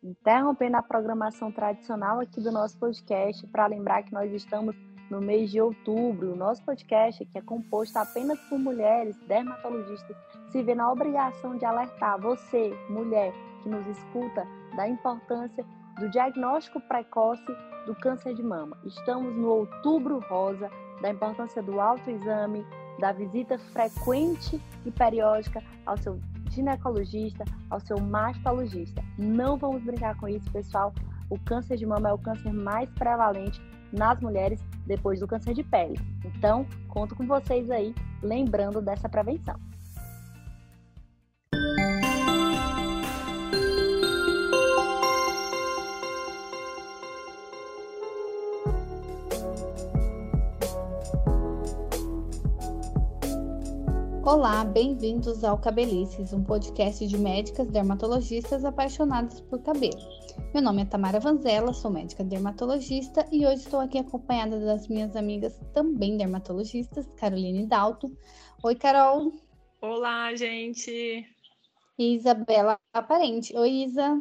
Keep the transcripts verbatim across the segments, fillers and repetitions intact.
interrompendo a programação tradicional aqui do nosso podcast para lembrar que nós estamos no mês de outubro. O nosso podcast, que é composto apenas por mulheres dermatologistas, se vê na obrigação de alertar você, mulher, que nos escuta, da importância do diagnóstico precoce do câncer de mama. Estamos no Outubro Rosa, da importância do autoexame, da visita frequente e periódica ao seu ginecologista, ao seu mastologista. Não vamos brincar com isso, pessoal. O câncer de mama é o câncer mais prevalente nas mulheres depois do câncer de pele. Então, conto com vocês aí, lembrando dessa prevenção. Olá, bem-vindos ao Cabelices, um podcast de médicas dermatologistas apaixonadas por cabelo. Meu nome é Tamara Vanzella, sou médica dermatologista e hoje estou aqui acompanhada das minhas amigas também dermatologistas, Caroline Dalto. Oi, Carol. Olá, gente. E Isabela Aparente. Oi, Isa.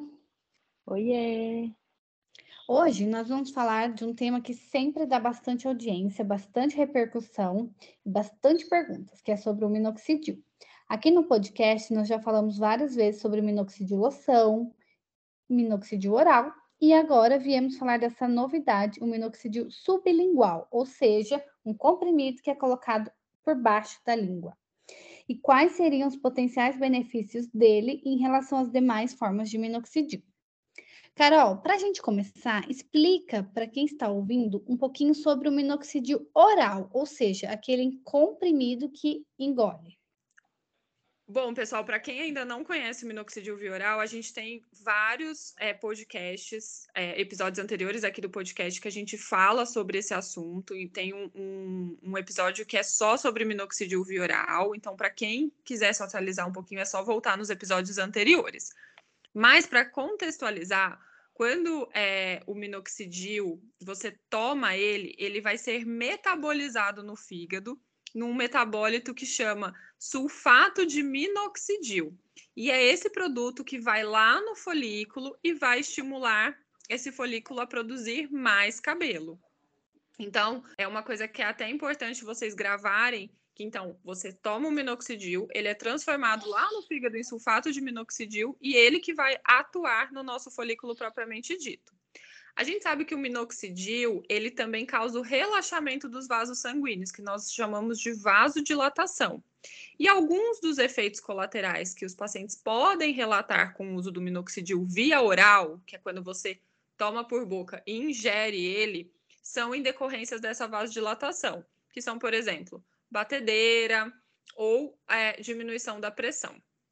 Oiê. Hoje nós vamos falar de um tema que sempre dá bastante audiência, bastante repercussão e bastante perguntas, que é sobre o minoxidil. Aqui no podcast nós já falamos várias vezes sobre minoxidil loção, minoxidil oral e agora viemos falar dessa novidade, o minoxidil sublingual, ou seja, um comprimido que é colocado por baixo da língua. E quais seriam os potenciais benefícios dele em relação às demais formas de minoxidil? Carol, para a gente começar, explica para quem está ouvindo um pouquinho sobre o minoxidil oral, ou seja, aquele comprimido que engole. Bom, pessoal, para quem ainda não conhece o minoxidil via oral, a gente tem vários é, podcasts, é, episódios anteriores aqui do podcast que a gente fala sobre esse assunto e tem um, um, um episódio que é só sobre minoxidil via oral. Então, para quem quiser se atualizar um pouquinho, é só voltar nos episódios anteriores. Mas, para contextualizar, quando é, o minoxidil, você toma ele, ele vai ser metabolizado no fígado, num metabólito que chama sulfato de minoxidil. E é esse produto que vai lá no folículo e vai estimular esse folículo a produzir mais cabelo. Então, é uma coisa que é até importante vocês gravarem, que então você toma o minoxidil, ele é transformado lá no fígado em sulfato de minoxidil e ele que vai atuar no nosso folículo propriamente dito. A gente sabe que o minoxidil, ele também causa o relaxamento dos vasos sanguíneos, que nós chamamos de vasodilatação. E alguns dos efeitos colaterais que os pacientes podem relatar com o uso do minoxidil via oral, que é quando você toma por boca e ingere ele, são em decorrências dessa vasodilatação, que são, por exemplo, batedeira ou é, diminuição da pressão.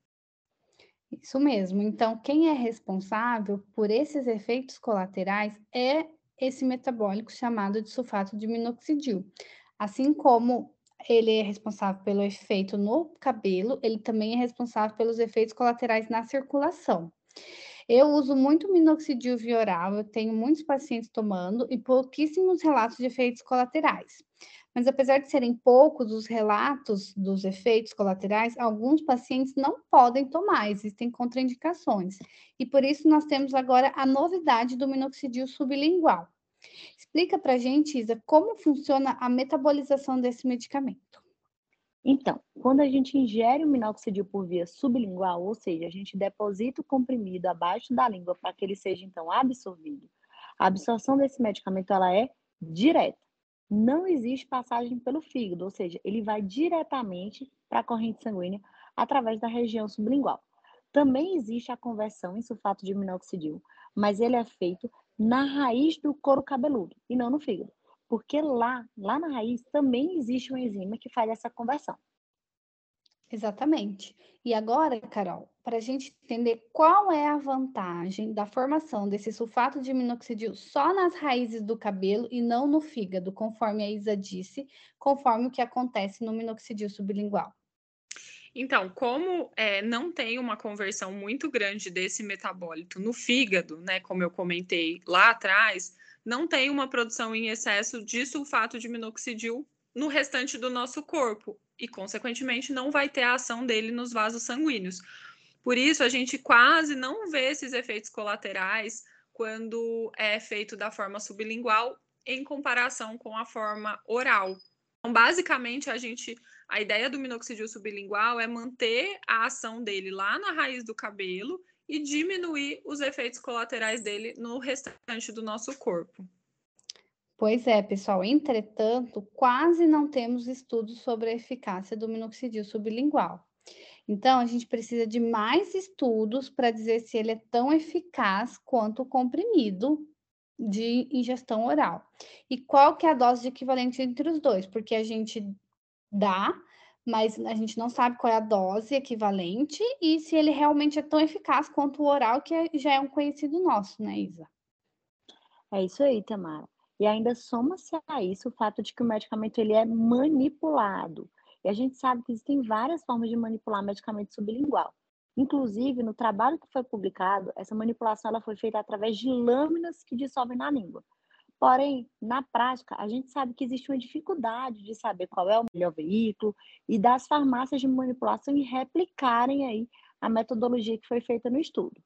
Isso mesmo. Então, quem é responsável por esses efeitos colaterais é esse metabólico chamado de sulfato de minoxidil. Assim como ele é responsável pelo efeito no cabelo, ele também é responsável pelos efeitos colaterais na circulação. Eu uso muito minoxidil via oral, eu tenho muitos pacientes tomando e pouquíssimos relatos de efeitos colaterais. Mas apesar de serem poucos os relatos dos efeitos colaterais, alguns pacientes não podem tomar, existem contraindicações. E por isso nós temos agora a novidade do minoxidil sublingual. Explica pra gente, Isa, como funciona a metabolização desse medicamento. Então, quando a gente ingere o minoxidil por via sublingual, ou seja, a gente deposita o comprimido abaixo da língua para que ele seja então absorvido, a absorção desse medicamento ela é direta. Não existe passagem pelo fígado, ou seja, ele vai diretamente para a corrente sanguínea através da região sublingual. Também existe a conversão em sulfato de minoxidil, mas ele é feito na raiz do couro cabeludo e não no fígado. Porque lá, lá na raiz, também existe uma enzima que faz essa conversão. Exatamente. E agora, Carol, para a gente entender qual é a vantagem da formação desse sulfato de minoxidil só nas raízes do cabelo e não no fígado, conforme a Isa disse, conforme o que acontece no minoxidil sublingual. Então, como é, não tem uma conversão muito grande desse metabólito no fígado, né, como eu comentei lá atrás, não tem uma produção em excesso de sulfato de minoxidil no restante do nosso corpo e, consequentemente, não vai ter a ação dele nos vasos sanguíneos. Por isso, a gente quase não vê esses efeitos colaterais quando é feito da forma sublingual em comparação com a forma oral. Então, basicamente, a gente, a ideia do minoxidil sublingual é manter a ação dele lá na raiz do cabelo e diminuir os efeitos colaterais dele no restante do nosso corpo. Pois é, pessoal. Entretanto, quase não temos estudos sobre a eficácia do minoxidil sublingual. Então, a gente precisa de mais estudos para dizer se ele é tão eficaz quanto o comprimido de ingestão oral. E qual que é a dose de equivalente entre os dois? Porque a gente dá, mas a gente não sabe qual é a dose equivalente e se ele realmente é tão eficaz quanto o oral, que é, já é um conhecido nosso, né, Isa? É isso aí, Tamara. E ainda soma-se a isso o fato de que o medicamento ele é manipulado. E a gente sabe que existem várias formas de manipular medicamento sublingual. Inclusive, no trabalho que foi publicado, essa manipulação ela foi feita através de lâminas que dissolvem na língua. Porém, na prática, a gente sabe que existe uma dificuldade de saber qual é o melhor veículo e das farmácias de manipulação em replicarem aí a metodologia que foi feita no estudo.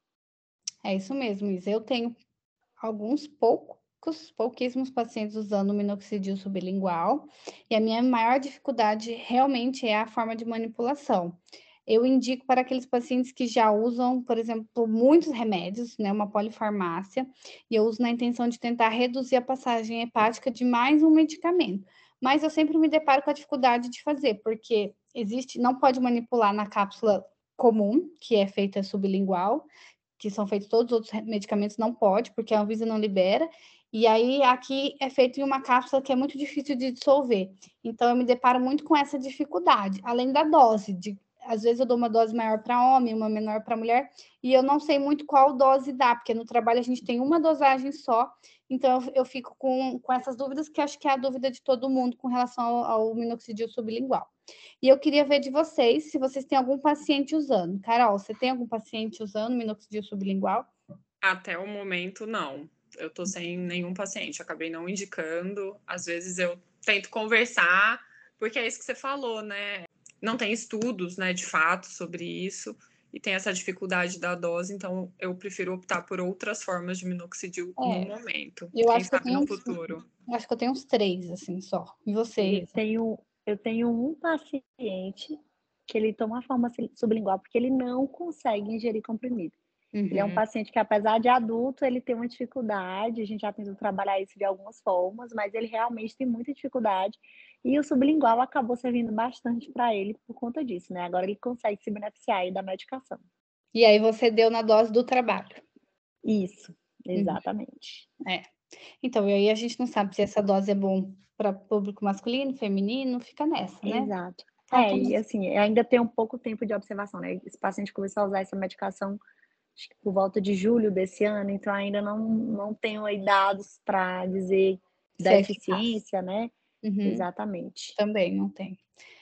É isso mesmo, Isa. Eu tenho alguns poucos, pouquíssimos pacientes usando o minoxidil sublingual, e a minha maior dificuldade realmente é a forma de manipulação. Eu indico para aqueles pacientes que já usam, por exemplo, muitos remédios, né, uma polifarmácia, e eu uso na intenção de tentar reduzir a passagem hepática de mais um medicamento. Mas eu sempre me deparo com a dificuldade de fazer, porque existe, não pode manipular na cápsula comum, que é feita sublingual, que são feitos todos os outros medicamentos, não pode, porque a Anvisa não libera. E aí, aqui é feito em uma cápsula que é muito difícil de dissolver. Então, eu me deparo muito com essa dificuldade, além da dose. De, às vezes, eu dou uma dose maior para homem, uma menor para mulher, e eu não sei muito qual dose dá, porque no trabalho a gente tem uma dosagem só. Então, eu, eu fico com, com essas dúvidas, que acho que é a dúvida de todo mundo com relação ao, ao minoxidil sublingual. E eu queria ver de vocês se vocês têm algum paciente usando. Carol, você tem algum paciente usando minoxidil sublingual? Até o momento, não. Eu tô sem nenhum paciente, acabei não indicando. Às vezes eu tento conversar, porque é isso que você falou, né? Não tem estudos, né, de fato sobre isso, e tem essa dificuldade da dose, então eu prefiro optar por outras formas de minoxidil é, no momento. Eu Quem acho sabe que eu tenho no uns, futuro. Eu acho que eu tenho uns três, assim, só. E você? Eu tenho, eu tenho um paciente que ele toma a forma sublingual porque ele não consegue ingerir comprimido. Uhum. Ele é um paciente que, apesar de adulto, ele tem uma dificuldade, a gente já tentou trabalhar isso de algumas formas, mas ele realmente tem muita dificuldade, e o sublingual acabou servindo bastante para ele por conta disso, né? Agora ele consegue se beneficiar aí da medicação. E aí você deu na dose do trabalho. Isso, exatamente. Uhum. É. Então, e aí a gente não sabe se essa dose é bom para público masculino, feminino, fica nessa, né? Exato. É, e assim, ainda tem um pouco tempo de observação, né? Esse paciente começou a usar essa medicação acho que por volta de julho desse ano, então ainda não, não tenho aí dados para dizer da é eficiência, né? Uhum. Exatamente. Também não tem.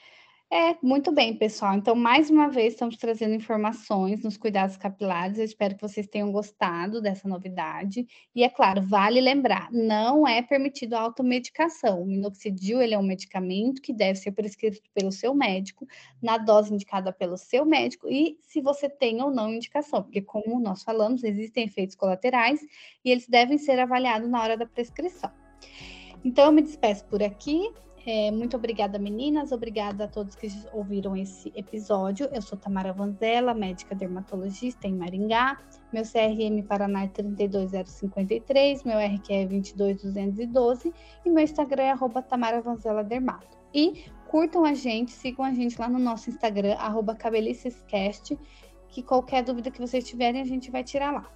É, muito bem, pessoal. Então, mais uma vez, estamos trazendo informações nos cuidados capilares. Eu espero que vocês tenham gostado dessa novidade. E, é claro, vale lembrar, não é permitido a automedicação. O minoxidil, ele é um medicamento que deve ser prescrito pelo seu médico, na dose indicada pelo seu médico, e se você tem ou não indicação, porque, como nós falamos, existem efeitos colaterais e eles devem ser avaliados na hora da prescrição. Então, eu me despeço por aqui. É, muito obrigada, meninas. Obrigada a todos que ouviram esse episódio. Eu sou Tamara Vanzella, médica dermatologista em Maringá. Meu C R M Paraná é trinta e dois zero cinquenta e três, meu R Q é vinte e dois duzentos e doze e meu Instagram é arroba Tamara Vanzella Dermato. E curtam a gente, sigam a gente lá no nosso Instagram, arroba cabelicescast, que qualquer dúvida que vocês tiverem, a gente vai tirar lá.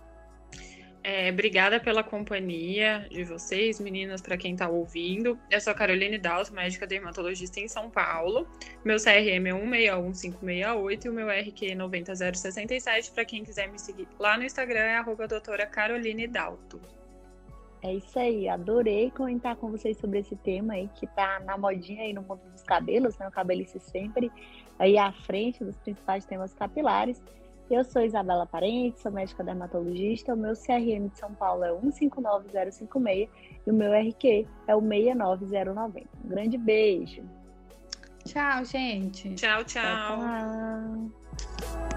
É, obrigada pela companhia de vocês, meninas, para quem está ouvindo. Eu sou a Caroline Dalto, médica dermatologista em São Paulo. Meu C R M é um seis um cinco seis oito e o meu R Q é noventa zero sessenta e sete. Para quem quiser me seguir lá no Instagram, é arroba doutora Caroline Dalto. É isso aí, adorei comentar com vocês sobre esse tema aí, que tá na modinha aí no mundo dos cabelos, né? O cabelice sempre aí à frente dos principais temas capilares. Eu sou Isabela Parente, sou médica dermatologista, o meu C R M de São Paulo é um cinco nove zero cinco seis e o meu R Q é o seis nove zero nove zero. Um grande beijo. Tchau, gente. Tchau, tchau. Tchau, tchau.